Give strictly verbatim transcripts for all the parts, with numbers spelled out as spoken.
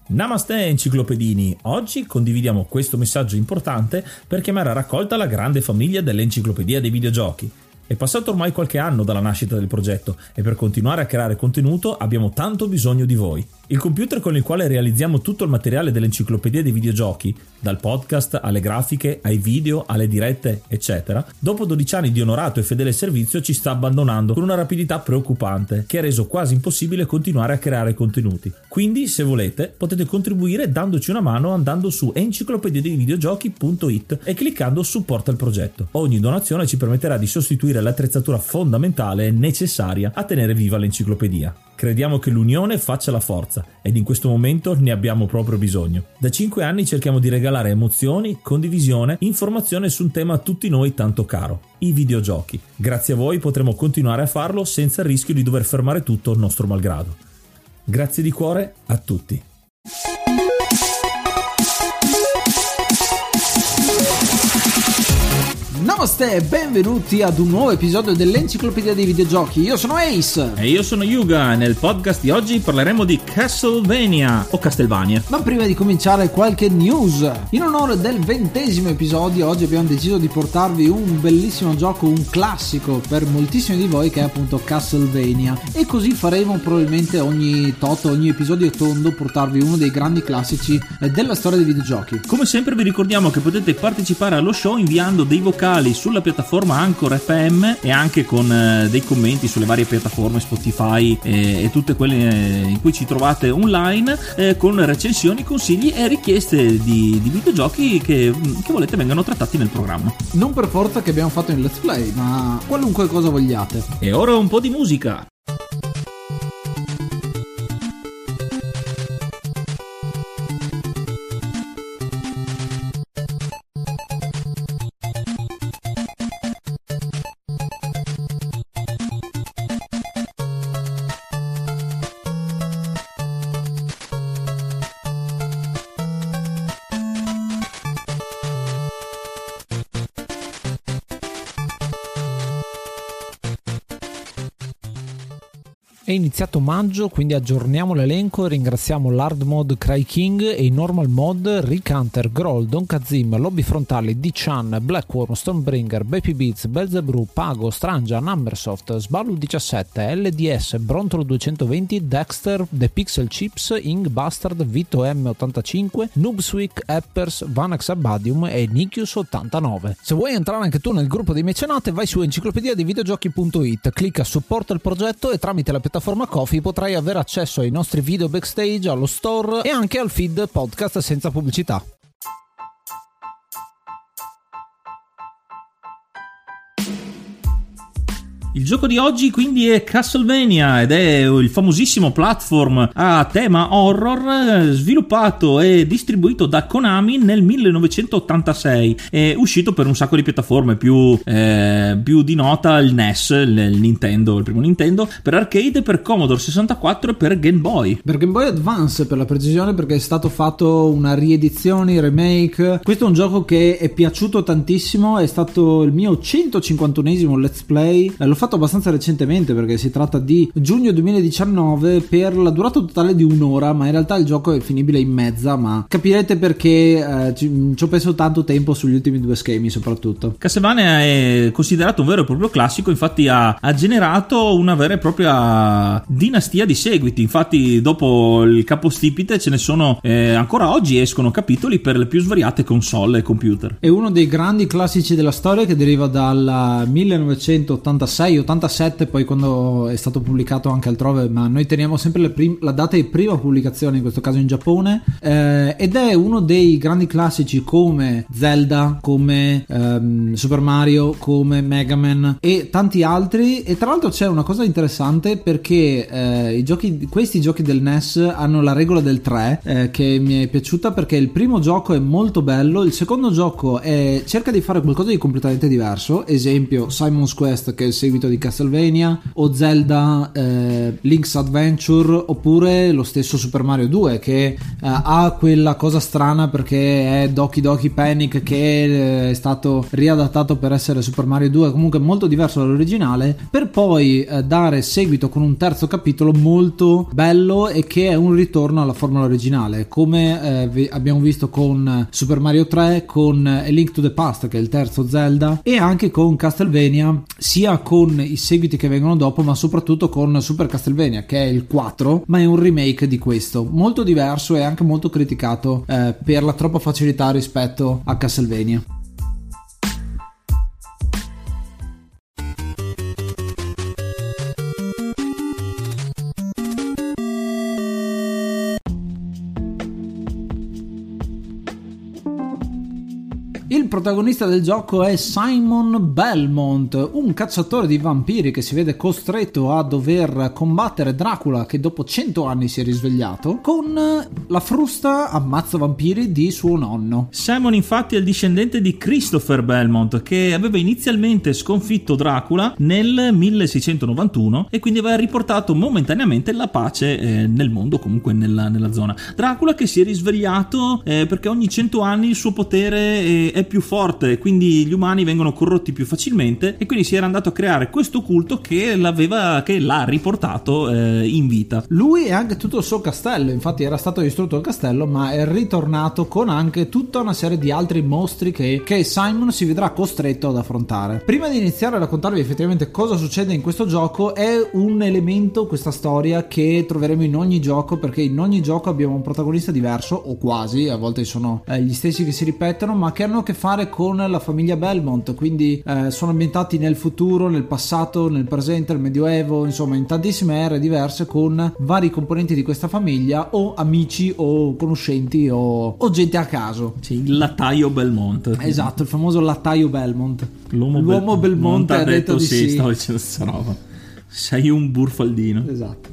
Namaste enciclopedini, oggi condividiamo questo messaggio importante per chiamare a raccolta la grande famiglia dell'enciclopedia dei videogiochi. È passato ormai qualche anno dalla nascita del progetto e per continuare a creare contenuto abbiamo tanto bisogno di voi. Il computer con il quale realizziamo tutto il materiale dell'enciclopedia dei videogiochi, dal podcast alle grafiche, ai video, alle dirette, eccetera, dopo dodici anni di onorato e fedele servizio ci sta abbandonando con una rapidità preoccupante che ha reso quasi impossibile continuare a creare contenuti. Quindi, se volete, potete contribuire dandoci una mano andando su enciclopedia dei videogiochi punto it e cliccando supporta il progetto. Ogni donazione ci permetterà di sostituire l'attrezzatura fondamentale e necessaria a tenere viva l'enciclopedia. Crediamo che l'unione faccia la forza ed in questo momento ne abbiamo proprio bisogno. Da cinque anni cerchiamo di regalare emozioni, condivisione, informazione su un tema a tutti noi tanto caro, i videogiochi. Grazie a voi potremo continuare a farlo senza il rischio di dover fermare tutto nostro malgrado. Grazie di cuore a tutti. Namaste e benvenuti ad un nuovo episodio dell'Enciclopedia dei Videogiochi. Io sono Ace e io sono Yuga. Nel podcast di oggi parleremo di Castlevania o Castlevania. Ma prima di cominciare qualche news. In onore del ventesimo episodio oggi abbiamo deciso di portarvi un bellissimo gioco, un classico per moltissimi di voi, che è appunto Castlevania, e così faremo probabilmente ogni tot, ogni episodio tondo, portarvi uno dei grandi classici della storia dei videogiochi. Come sempre vi ricordiamo che potete partecipare allo show inviando dei vocali sulla piattaforma Anchor F M e anche con eh, dei commenti sulle varie piattaforme Spotify eh, e tutte quelle eh, in cui ci trovate online, eh, con recensioni, consigli e richieste di, di videogiochi che, che volete vengano trattati nel programma. Non per forza che abbiamo fatto in Let's Play, ma qualunque cosa vogliate. E ora un po' di musica. È iniziato maggio, quindi aggiorniamo l'elenco e ringraziamo l'Hard Mod Cry King e i Normal Mod Rick Hunter, Groll, Don Kazim, Lobby Frontali, D-Chan, Blackworm, Stonebringer, Baby Beats, Belzebrew, Pago, Strangia, Numbersoft, Sbalu diciassette, L D S, Brontolo duecentoventi, Dexter, The Pixel Chips, Ing Bastard, Vito M ottantacinque, Noobswick, Eppers, Vanax Abadium e Nikius ottantanove. Se vuoi entrare anche tu nel gruppo dei mecenate, vai su enciclopedia dei videogiochi punto it, clicca supporta il progetto e tramite la piattaforma Ko-fi potrai avere accesso ai nostri video backstage, allo store e anche al feed podcast senza pubblicità. Il gioco di oggi quindi è Castlevania ed è il famosissimo platform a tema horror sviluppato e distribuito da Konami nel millenovecentottantasei. È uscito per un sacco di piattaforme, più, eh, più di nota il N E S, il, il Nintendo, il primo Nintendo, per arcade, per Commodore sessantaquattro e per Game Boy. Per Game Boy Advance, per la precisione, perché è stato fatto una riedizione, remake. Questo è un gioco che è piaciuto tantissimo, è stato il mio centocinquantunesimo Let's Play. L'ho fatto abbastanza recentemente perché si tratta di giugno duemiladiciannove, per la durata totale di un'ora, ma in realtà il gioco è finibile in mezza, ma capirete perché eh, ci, ci ho perso tanto tempo sugli ultimi due schemi soprattutto. Castlevania è considerato un vero e proprio classico, infatti ha, ha generato una vera e propria dinastia di seguiti. Infatti dopo il capostipite ce ne sono eh, ancora oggi escono capitoli per le più svariate console e computer. È uno dei grandi classici della storia che deriva dal millenovecentottantasei ottantasette, poi quando è stato pubblicato anche altrove, ma noi teniamo sempre le prim- la data di prima pubblicazione, in questo caso in Giappone, eh, ed è uno dei grandi classici come Zelda, come ehm, Super Mario, come Mega Man e tanti altri. E tra l'altro c'è una cosa interessante perché eh, i giochi, questi giochi del N E S hanno la regola del tre, eh, che mi è piaciuta perché il primo gioco è molto bello, il secondo gioco è, cerca di fare qualcosa di completamente diverso, esempio Simon's Quest, che è il seguito di Castlevania, o Zelda eh, Link's Adventure, oppure lo stesso Super Mario due, che ha quella cosa strana perché è Doki Doki Panic che è stato riadattato per essere Super Mario due, comunque molto diverso dall'originale, per poi eh, dare seguito con un terzo capitolo molto bello e che è un ritorno alla formula originale, come eh, vi- abbiamo visto con Super Mario tre, con A Link to the Past che è il terzo Zelda, e anche con Castlevania, sia con i seguiti che vengono dopo ma soprattutto con Super Castlevania che è il quattro, ma è un remake di questo, molto diverso e anche molto criticato eh, per la troppa facilità rispetto a Castlevania. Il protagonista del gioco è Simon Belmont, un cacciatore di vampiri che si vede costretto a dover combattere Dracula che dopo cento anni si è risvegliato con la frusta ammazza vampiri di suo nonno. Simon infatti è il discendente di Christopher Belmont, che aveva inizialmente sconfitto Dracula nel milleseicentonovantuno e quindi aveva riportato momentaneamente la pace eh, nel mondo, comunque nella, nella zona. Dracula che si è risvegliato eh, perché ogni cento anni il suo potere eh, è più forte, quindi gli umani vengono corrotti più facilmente, e quindi si era andato a creare questo culto che l'aveva che l'ha riportato eh, in vita. Lui e anche tutto il suo castello, infatti era stato distrutto il castello ma è ritornato con anche tutta una serie di altri mostri che, che Simon si vedrà costretto ad affrontare. Prima di iniziare a raccontarvi effettivamente cosa succede in questo gioco, è un elemento, questa storia, che troveremo in ogni gioco, perché in ogni gioco abbiamo un protagonista diverso, o quasi, a volte sono eh, gli stessi che si ripetono, ma che hanno a che fare con la famiglia Belmont, quindi eh, sono ambientati nel futuro, nel passato, nel presente, nel medioevo, insomma in tantissime ere diverse con vari componenti di questa famiglia, o amici o conoscenti o, o gente a caso. Sì, il lattaio Belmont. Esatto, il famoso lattaio Belmont. L'uomo, L'uomo Bel- Belmont ha detto di sì. Stavo dicendo questa roba. Sei un burfaldino. Esatto.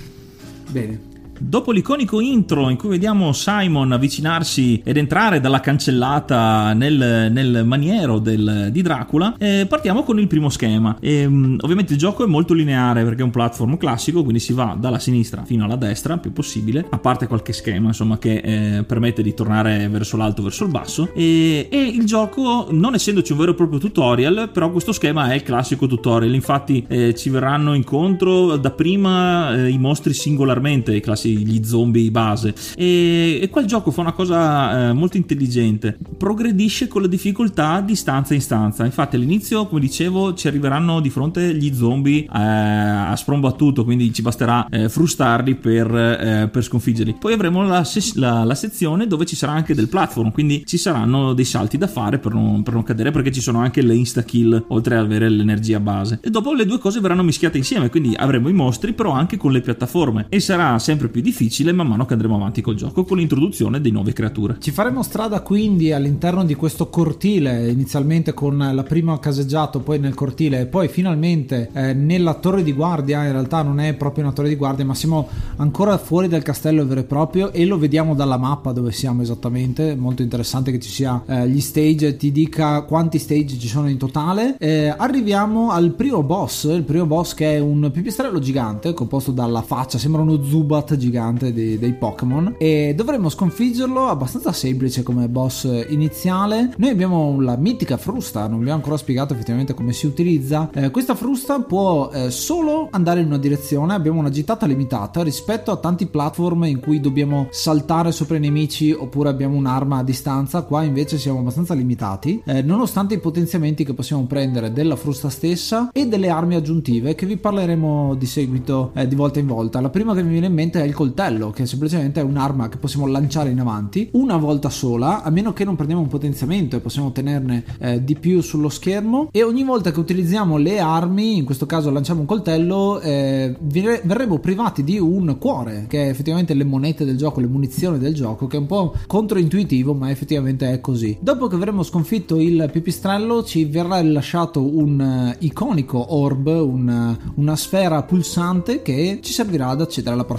Bene. Dopo l'iconico intro in cui vediamo Simon avvicinarsi ed entrare dalla cancellata nel, nel maniero del, di Dracula, eh, partiamo con il primo schema. E, um, ovviamente il gioco è molto lineare perché è un platform classico, quindi si va dalla sinistra fino alla destra più possibile, a parte qualche schema insomma che eh, permette di tornare verso l'alto, verso il basso, e, e il gioco, non essendoci un vero e proprio tutorial, però questo schema è il classico tutorial. Infatti eh, ci verranno incontro dapprima eh, i mostri singolarmente, i classici gli zombie base, e, e qua il gioco fa una cosa eh, molto intelligente: progredisce con la difficoltà di stanza in stanza. Infatti all'inizio, come dicevo, ci arriveranno di fronte gli zombie eh, a sprombattuto, quindi ci basterà eh, frustarli per, eh, per sconfiggerli. Poi avremo la, ses- la, la sezione dove ci sarà anche del platform, quindi ci saranno dei salti da fare per non, per non cadere, perché ci sono anche le insta kill oltre ad avere l'energia base, e dopo le due cose verranno mischiate insieme, quindi avremo i mostri però anche con le piattaforme, e sarà sempre più difficile man mano che andremo avanti col gioco con l'introduzione di nuove creature. Ci faremo strada quindi all'interno di questo cortile, inizialmente con la prima caseggiato, poi nel cortile e poi finalmente eh, nella torre di guardia. In realtà non è proprio una torre di guardia, ma siamo ancora fuori dal castello vero e proprio, e lo vediamo dalla mappa dove siamo esattamente. Molto interessante che ci sia eh, gli stage, ti dica quanti stage ci sono in totale. Eh, arriviamo al primo boss, il primo boss che è un pipistrello gigante composto dalla faccia, sembra uno Zubat gigante dei, dei Pokémon, e dovremmo sconfiggerlo abbastanza semplice come boss iniziale. Noi abbiamo la mitica frusta, non vi ho ancora spiegato effettivamente come si utilizza. Eh, questa frusta può eh, solo andare in una direzione, abbiamo una gittata limitata rispetto a tanti platform in cui dobbiamo saltare sopra i nemici oppure abbiamo un'arma a distanza. Qua invece siamo abbastanza limitati, eh, nonostante i potenziamenti che possiamo prendere della frusta stessa e delle armi aggiuntive che vi parleremo di seguito eh, di volta in volta. La prima che mi viene in mente è il coltello, che semplicemente è un'arma che possiamo lanciare in avanti una volta sola, a meno che non prendiamo un potenziamento, e possiamo tenerne eh, di più sullo schermo, e ogni volta che utilizziamo le armi, in questo caso lanciamo un coltello, eh, verremo privati di un cuore, che è effettivamente le monete del gioco, le munizioni del gioco, che è un po' controintuitivo ma effettivamente è così. Dopo che avremo sconfitto il pipistrello ci verrà rilasciato un uh, iconico orb, un, uh, una sfera pulsante che ci servirà ad accedere alla prossima area.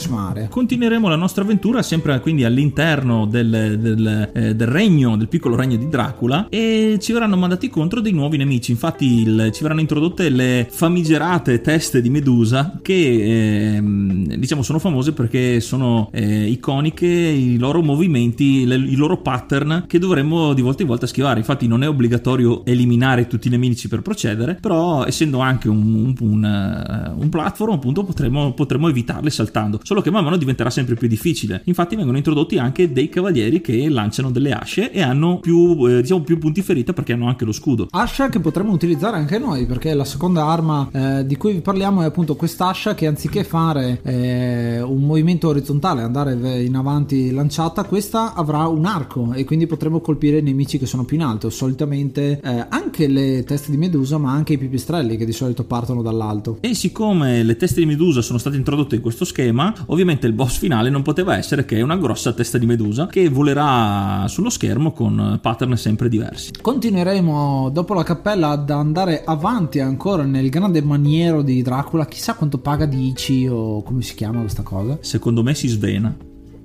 fare? Continueremo la nostra avventura sempre quindi all'interno del, del, eh, del regno, del piccolo regno di Dracula, e ci verranno mandati contro dei nuovi nemici. Infatti il, ci verranno introdotte le famigerate teste di Medusa, che eh, diciamo sono famose perché sono eh, iconiche i loro movimenti, le, i loro pattern che dovremmo di volta in volta schivare. Infatti non è obbligatorio eliminare tutti i nemici per procedere, però essendo anche un, un, un, un platform appunto potremo, potremo evitarle saltando, solo che man mano diventerà sempre più difficile. Infatti vengono introdotti anche dei cavalieri che lanciano delle asce e hanno più, eh, diciamo, più punti ferita perché hanno anche lo scudo. Ascia che potremmo utilizzare anche noi, perché la seconda arma eh, di cui vi parliamo è appunto quest'ascia che anziché fare eh, un movimento orizzontale, andare in avanti lanciata, questa avrà un arco e quindi potremo colpire i nemici che sono più in alto, solitamente eh, anche le teste di Medusa ma anche i pipistrelli che di solito partono dall'alto. E siccome le teste di Medusa sono state introdotte in questo schema, ovviamente il boss finale non poteva essere che una grossa testa di Medusa che volerà sullo schermo con pattern sempre diversi. Continueremo dopo la cappella ad andare avanti ancora nel grande maniero di Dracula. Chissà quanto paga di I C I o come si chiama questa cosa. Secondo me si svena.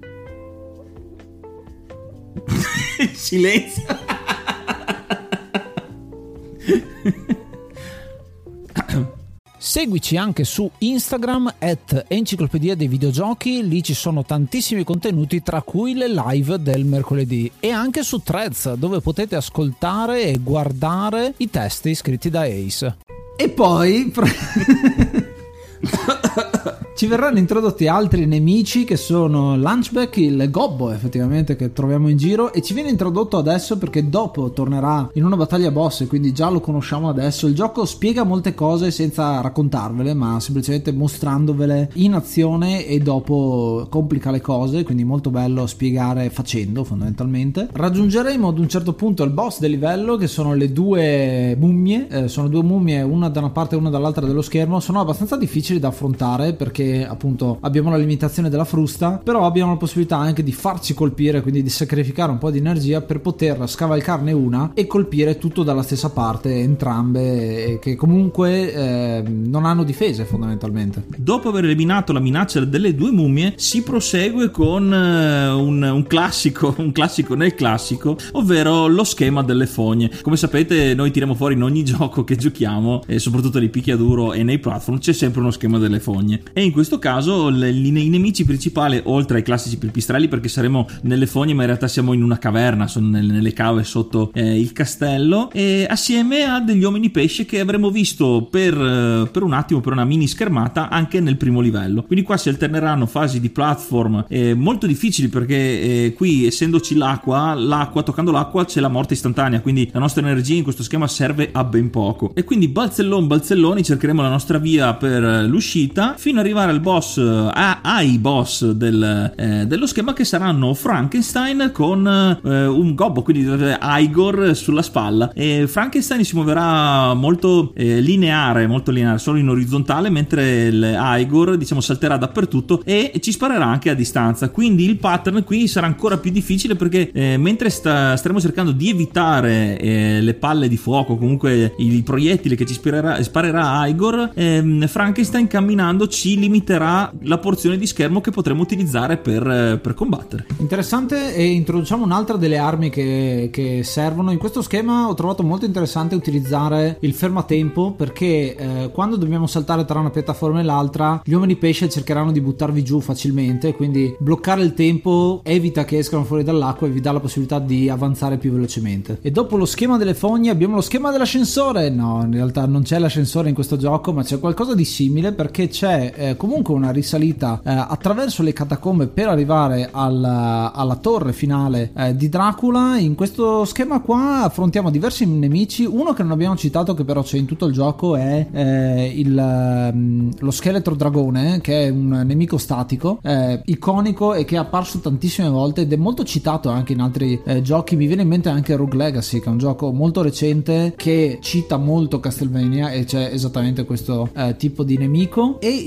Silenzio. Seguici anche su Instagram at Enciclopedia dei Videogiochi, lì ci sono tantissimi contenuti tra cui le live del mercoledì, e anche su Threads dove potete ascoltare e guardare i testi scritti da Ace. E poi ci verranno introdotti altri nemici che sono Lunchback, il gobbo effettivamente che troviamo in giro, e ci viene introdotto adesso perché dopo tornerà in una battaglia boss e quindi già lo conosciamo adesso. Il gioco spiega molte cose senza raccontarvele ma semplicemente mostrandovele in azione e dopo complica le cose, quindi molto bello spiegare facendo fondamentalmente. Raggiungeremo ad un certo punto il boss del livello che sono le due mummie, eh, sono due mummie una da una parte e una dall'altra dello schermo. Sono abbastanza difficili da affrontare perché appunto abbiamo la limitazione della frusta, però abbiamo la possibilità anche di farci colpire, quindi di sacrificare un po' di energia per poter scavalcarne una e colpire tutto dalla stessa parte, entrambe, che comunque eh, non hanno difese fondamentalmente. Dopo aver eliminato la minaccia delle due mummie si prosegue con uh, un, un classico un classico nel classico, ovvero lo schema delle fogne. Come sapete noi tiriamo fuori in ogni gioco che giochiamo, e soprattutto nei picchiaduro e nei platform c'è sempre uno schema delle fogne, e in questo caso le, i nemici principali, oltre ai classici pipistrelli, perché saremo nelle fogne ma in realtà siamo in una caverna, sono nelle, nelle cave sotto eh, il castello, e assieme a degli uomini pesce che avremo visto per, per un attimo, per una mini schermata anche nel primo livello. Quindi qua si alterneranno fasi di platform eh, molto difficili perché eh, qui essendoci l'acqua, l'acqua toccando l'acqua c'è la morte istantanea, quindi la nostra energia in questo schema serve a ben poco, e quindi balzellon balzelloni cercheremo la nostra via per l'uscita fino ad arrivare al boss, a, ai boss del, eh, dello schema, che saranno Frankenstein con eh, un gobbo, quindi Igor sulla spalla. E Frankenstein si muoverà molto eh, lineare, molto lineare, solo in orizzontale, mentre il Igor diciamo salterà dappertutto e ci sparerà anche a distanza. Quindi il pattern qui sarà ancora più difficile perché eh, mentre sta, staremo cercando di evitare eh, le palle di fuoco, comunque i proiettili che ci sparerà, sparerà Igor, eh, Frankenstein camminando ci limiterà la porzione di schermo che potremo utilizzare per, per combattere. Interessante. E introduciamo un'altra delle armi che, che servono in questo schema. Ho trovato molto interessante utilizzare il fermatempo perché eh, quando dobbiamo saltare tra una piattaforma e l'altra gli uomini pesce cercheranno di buttarvi giù facilmente, quindi bloccare il tempo evita che escano fuori dall'acqua e vi dà la possibilità di avanzare più velocemente. E dopo lo schema delle fogne abbiamo lo schema dell'ascensore. No, in realtà non c'è l'ascensore in questo gioco, ma c'è qualcosa di simile perché c'è eh, comunque una risalita eh, attraverso le catacombe per arrivare al, alla torre finale eh, di Dracula. In questo schema qua affrontiamo diversi nemici. Uno che non abbiamo citato, che però c'è in tutto il gioco, è eh, il, um, lo scheletro dragone, che è un nemico statico eh, iconico e che è apparso tantissime volte ed è molto citato anche in altri eh, giochi. Mi viene in mente anche Rogue Legacy, che è un gioco molto recente che cita molto Castlevania e c'è esattamente questo eh, tipo di nemico. E il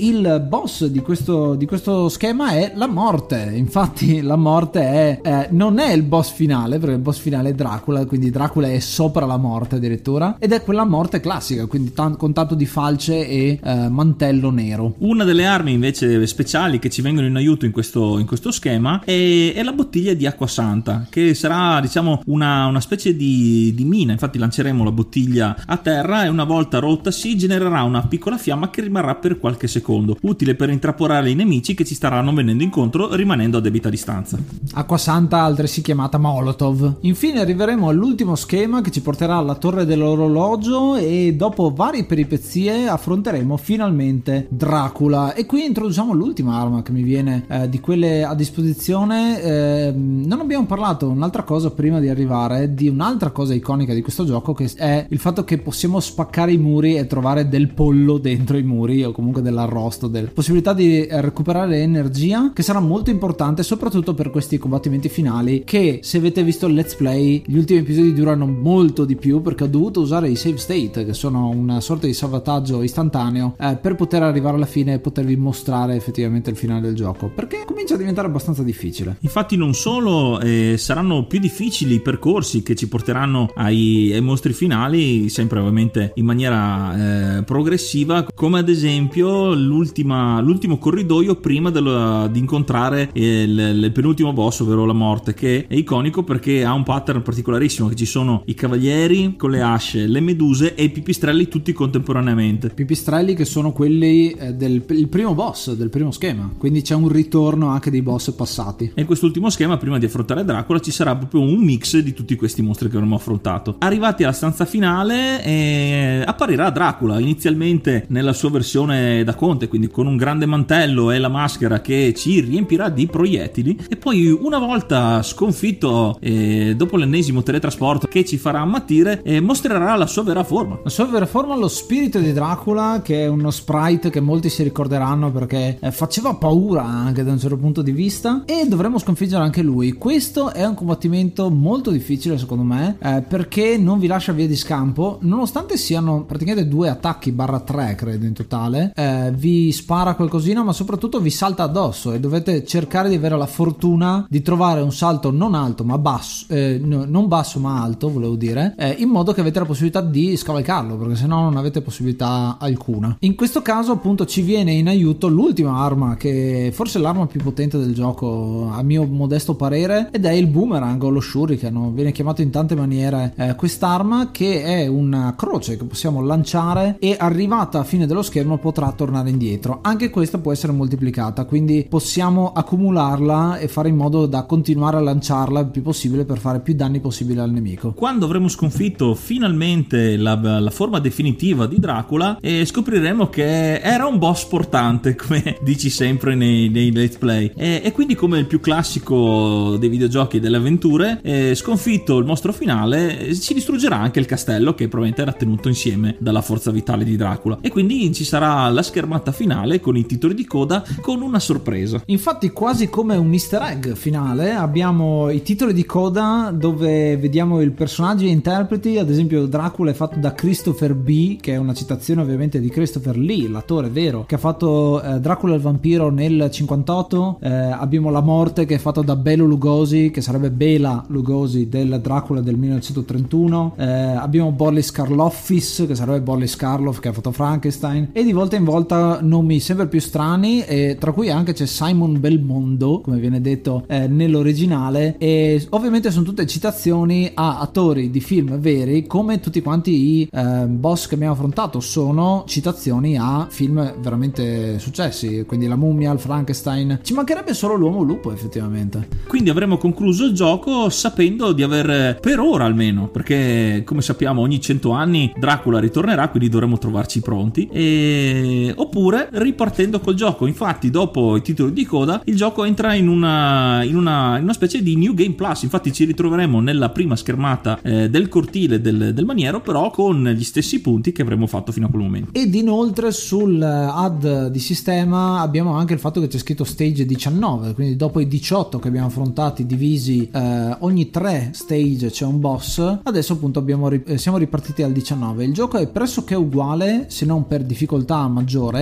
boss di questo, di questo schema è la morte. Infatti la morte è eh, non è il boss finale, perché il boss finale è Dracula, quindi Dracula è sopra la morte addirittura, ed è quella morte classica, quindi t- con tanto di falce e eh, mantello nero. Una delle armi invece speciali che ci vengono in aiuto in questo, in questo schema è, è la bottiglia di acqua santa, che sarà diciamo una, una specie di, di mina. Infatti lanceremo la bottiglia a terra e una volta rotta si genererà una piccola fiamma che rimarrà per qualche secondo, utile per intrappolare i nemici che ci staranno venendo incontro rimanendo a debita distanza. Acqua santa, altresì chiamata Molotov. Infine arriveremo all'ultimo schema che ci porterà alla torre dell'orologio e dopo varie peripezie affronteremo finalmente Dracula. E qui introduciamo l'ultima arma che mi viene eh, di quelle a disposizione. Eh, non abbiamo parlato un'altra cosa prima di arrivare, di un'altra cosa iconica di questo gioco, che è il fatto che possiamo spaccare i muri e trovare del pollo dentro i muri, o comunque dell'arrosto, della possibilità di recuperare energia, che sarà molto importante soprattutto per questi combattimenti finali, che se avete visto il let's play gli ultimi episodi durano molto di più, perché ho dovuto usare i save state, che sono una sorta di salvataggio istantaneo, eh, per poter arrivare alla fine e potervi mostrare effettivamente il finale del gioco, perché comincia a diventare abbastanza difficile. Infatti non solo eh, saranno più difficili i percorsi che ci porteranno ai, ai mostri finali, sempre ovviamente in maniera eh, progressiva, come ad esempio l'ultima, l'ultimo corridoio prima dello, di incontrare il, il penultimo boss, ovvero la morte, che è iconico perché ha un pattern particolarissimo, che ci sono i cavalieri con le asce, le meduse e i pipistrelli tutti contemporaneamente. Pipistrelli che sono quelli eh, del il primo boss del primo schema, quindi c'è un ritorno anche dei boss passati. E in quest'ultimo schema, prima di affrontare Dracula, ci sarà proprio un mix di tutti questi mostri che avremo affrontato. Arrivati alla stanza finale eh, apparirà Dracula, inizialmente nella sua versione da conte, quindi con un grande mantello e la maschera che ci riempirà di proiettili, e poi una volta sconfitto eh, dopo l'ennesimo teletrasporto che ci farà ammattire, eh, mostrerà la sua vera forma. La sua vera forma, lo spirito di Dracula, che è uno sprite che molti si ricorderanno perché eh, faceva paura anche da un certo punto di vista, e dovremo sconfiggere anche lui. Questo è un combattimento molto difficile secondo me, eh, perché non vi lascia via di scampo, nonostante siano praticamente due attacchi barra tre credo in totale. Eh, vi spara qualcosina, ma soprattutto vi salta addosso e dovete cercare di avere la fortuna di trovare un salto non alto ma basso, eh, no, non basso ma alto volevo dire, eh, in modo che avete la possibilità di scavalcarlo, perché sennò non avete possibilità alcuna. In questo caso appunto ci viene in aiuto l'ultima arma, che forse è l'arma più potente del gioco a mio modesto parere, ed è il boomerang o lo shuriken, viene chiamato in tante maniere eh, quest'arma, che è una croce che possiamo lanciare e arrivata a fine dello schermo potrà tornare indietro. Anche questa può essere moltiplicata, quindi possiamo accumularla e fare in modo da continuare a lanciarla il più possibile per fare più danni possibile al nemico. Quando avremo sconfitto finalmente la, la forma definitiva di Dracula, e scopriremo che era un boss portante, come dici sempre nei, nei let's play, e, e quindi come il più classico dei videogiochi e delle avventure, eh, sconfitto il mostro finale si distruggerà anche il castello, che probabilmente era tenuto insieme dalla forza vitale di Dracula, e quindi ci sarà la schermata finale con i titoli di coda con una sorpresa. Infatti quasi come un easter egg finale abbiamo i titoli di coda dove vediamo i personaggi e interpreti. Ad esempio Dracula è fatto da Christopher B, che è una citazione ovviamente di Christopher Lee, l'attore vero che ha fatto eh, Dracula il vampiro nel cinquantotto. Eh, abbiamo la morte che è fatto da Bela Lugosi, che sarebbe Bela Lugosi del Dracula del millenovecentotrentuno. Eh, abbiamo Boris Karloffis, che sarebbe Boris Karloff, che ha fatto Frankenstein, e di volta in volta nomi sempre più strani, e tra cui anche c'è Simon Belmondo, come viene detto eh, nell'originale, e ovviamente sono tutte citazioni a attori di film veri, come tutti quanti i eh, boss che abbiamo affrontato sono citazioni a film veramente successi, quindi la mummia, il Frankenstein. Ci mancherebbe solo l'uomo lupo effettivamente. Quindi avremo concluso il gioco sapendo di aver, per ora almeno, perché come sappiamo ogni cento anni Dracula ritornerà, quindi dovremo trovarci pronti, e... oppure ripartendo col gioco. Infatti dopo i titoli di coda il gioco entra in una, in una, in una specie di New Game Plus. Infatti ci ritroveremo nella prima schermata eh, del cortile del, del maniero, però con gli stessi punti che avremmo fatto fino a quel momento. Ed inoltre sul H U D di sistema abbiamo anche il fatto che c'è scritto stage diciannove, quindi dopo i diciotto che abbiamo affrontati divisi eh, ogni tre stage c'è un boss, adesso appunto abbiamo, siamo ripartiti al diciannove. Il gioco è pressoché uguale, se non per difficoltà maggiore, e con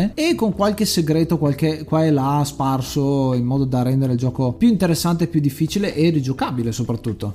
con qualche segreto qualche qua e là sparso in modo da rendere il gioco più interessante, più difficile e rigiocabile soprattutto.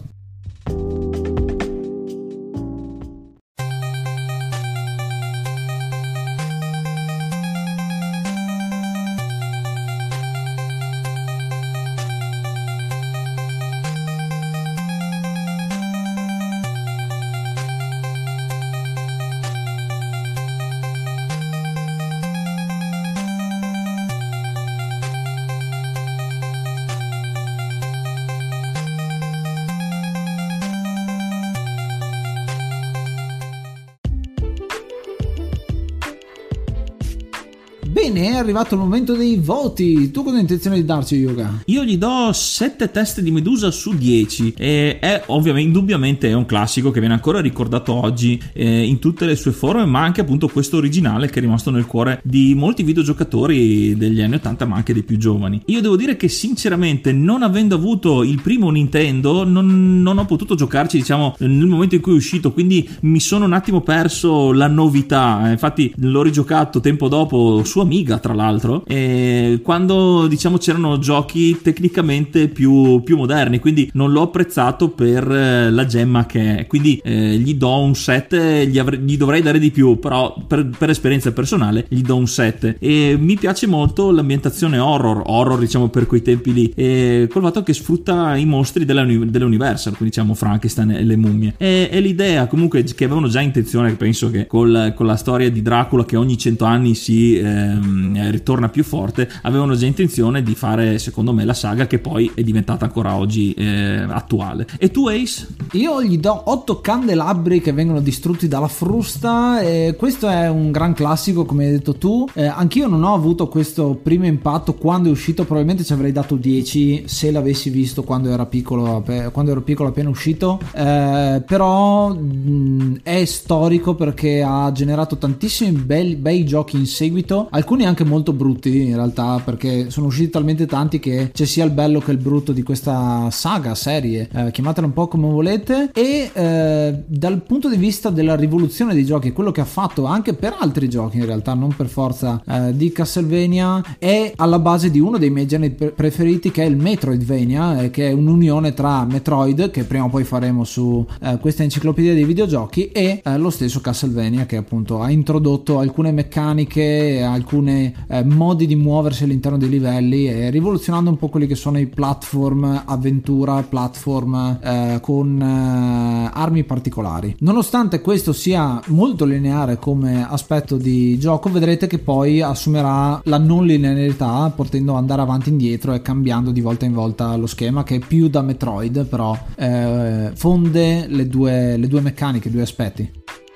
Bene, è arrivato il momento dei voti. Tu cosa hai intenzione di darci, Yuga? Io gli do sette teste di Medusa su dieci. E è ovviamente, indubbiamente, è un classico che viene ancora ricordato oggi eh, in tutte le sue forme, ma anche appunto questo originale che è rimasto nel cuore di molti videogiocatori degli anni ottanta, ma anche dei più giovani. Io devo dire che sinceramente, non avendo avuto il primo Nintendo, non, non ho potuto giocarci, diciamo, nel momento in cui è uscito, quindi mi sono un attimo perso la novità. Infatti l'ho rigiocato tempo dopo su Amiga, tra l'altro, e quando diciamo c'erano giochi tecnicamente più, più moderni, quindi non l'ho apprezzato per la gemma che è, quindi eh, gli do un sette, gli, avrei, gli dovrei dare di più, però per, per esperienza personale gli do un sette. E mi piace molto l'ambientazione horror horror diciamo per quei tempi lì, e col fatto che sfrutta i mostri della, dell'Universal, quindi diciamo Frankenstein e le mummie, e, e l'idea comunque che avevano già intenzione, penso che col, con la storia di Dracula che ogni cento anni si eh, ritorna più forte, avevano già intenzione di fare, secondo me, la saga che poi è diventata ancora oggi eh, attuale. E tu, Ace? Io gli do otto candelabri che vengono distrutti dalla frusta, e questo è un gran classico, come hai detto tu. Eh, anch'io non ho avuto questo primo impatto quando è uscito, probabilmente ci avrei dato dieci se l'avessi visto quando era piccolo, quando ero piccolo appena uscito, eh, però mh, è storico perché ha generato tantissimi bei, bei giochi in seguito, alcuni anche molto brutti in realtà, perché sono usciti talmente tanti che c'è sia il bello che il brutto di questa saga, serie, eh, chiamatela un po' come volete. E eh, dal punto di vista della rivoluzione dei giochi, quello che ha fatto anche per altri giochi in realtà, non per forza eh, di Castlevania, è alla base di uno dei miei generi preferiti, che è il Metroidvania, eh, che è un'unione tra Metroid, che prima o poi faremo su eh, questa enciclopedia dei videogiochi, e eh, lo stesso Castlevania, che appunto ha introdotto alcune meccaniche, alcune eh, modi di muoversi all'interno dei livelli, e rivoluzionando un po' quelli che sono i platform avventura, platform eh, con eh, armi particolari. Nonostante questo sia molto lineare come aspetto di gioco, vedrete che poi assumerà la non linearità, potendo andare avanti e indietro e cambiando di volta in volta lo schema, che è più da Metroid, però eh, fonde le due, le due meccaniche, i due aspetti.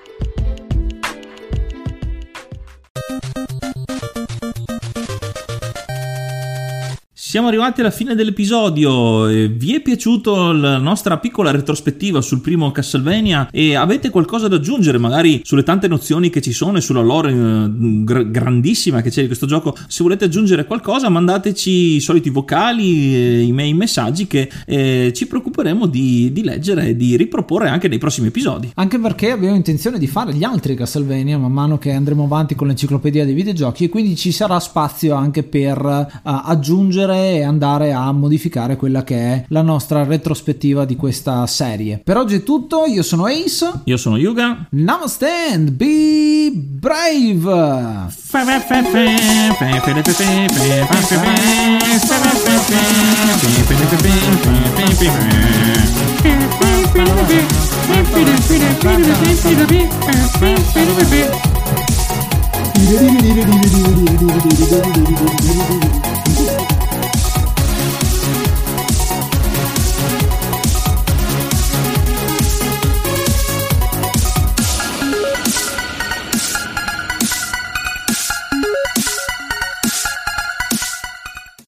Siamo arrivati alla fine dell'episodio. Vi è piaciuto la nostra piccola retrospettiva sul primo Castlevania e avete qualcosa da aggiungere magari sulle tante nozioni che ci sono e sulla lore gr- grandissima che c'è di questo gioco? Se volete aggiungere qualcosa, mandateci i soliti vocali, eh, i miei messaggi, che eh, ci preoccuperemo di, di leggere e di riproporre anche nei prossimi episodi. Anche perché abbiamo intenzione di fare gli altri Castlevania man mano che andremo avanti con l'enciclopedia dei videogiochi, e quindi ci sarà spazio anche per uh, aggiungere e andare a modificare quella che è la nostra retrospettiva di questa serie. Per oggi è tutto, io sono Ace, io sono Yuga, namaste and be brave.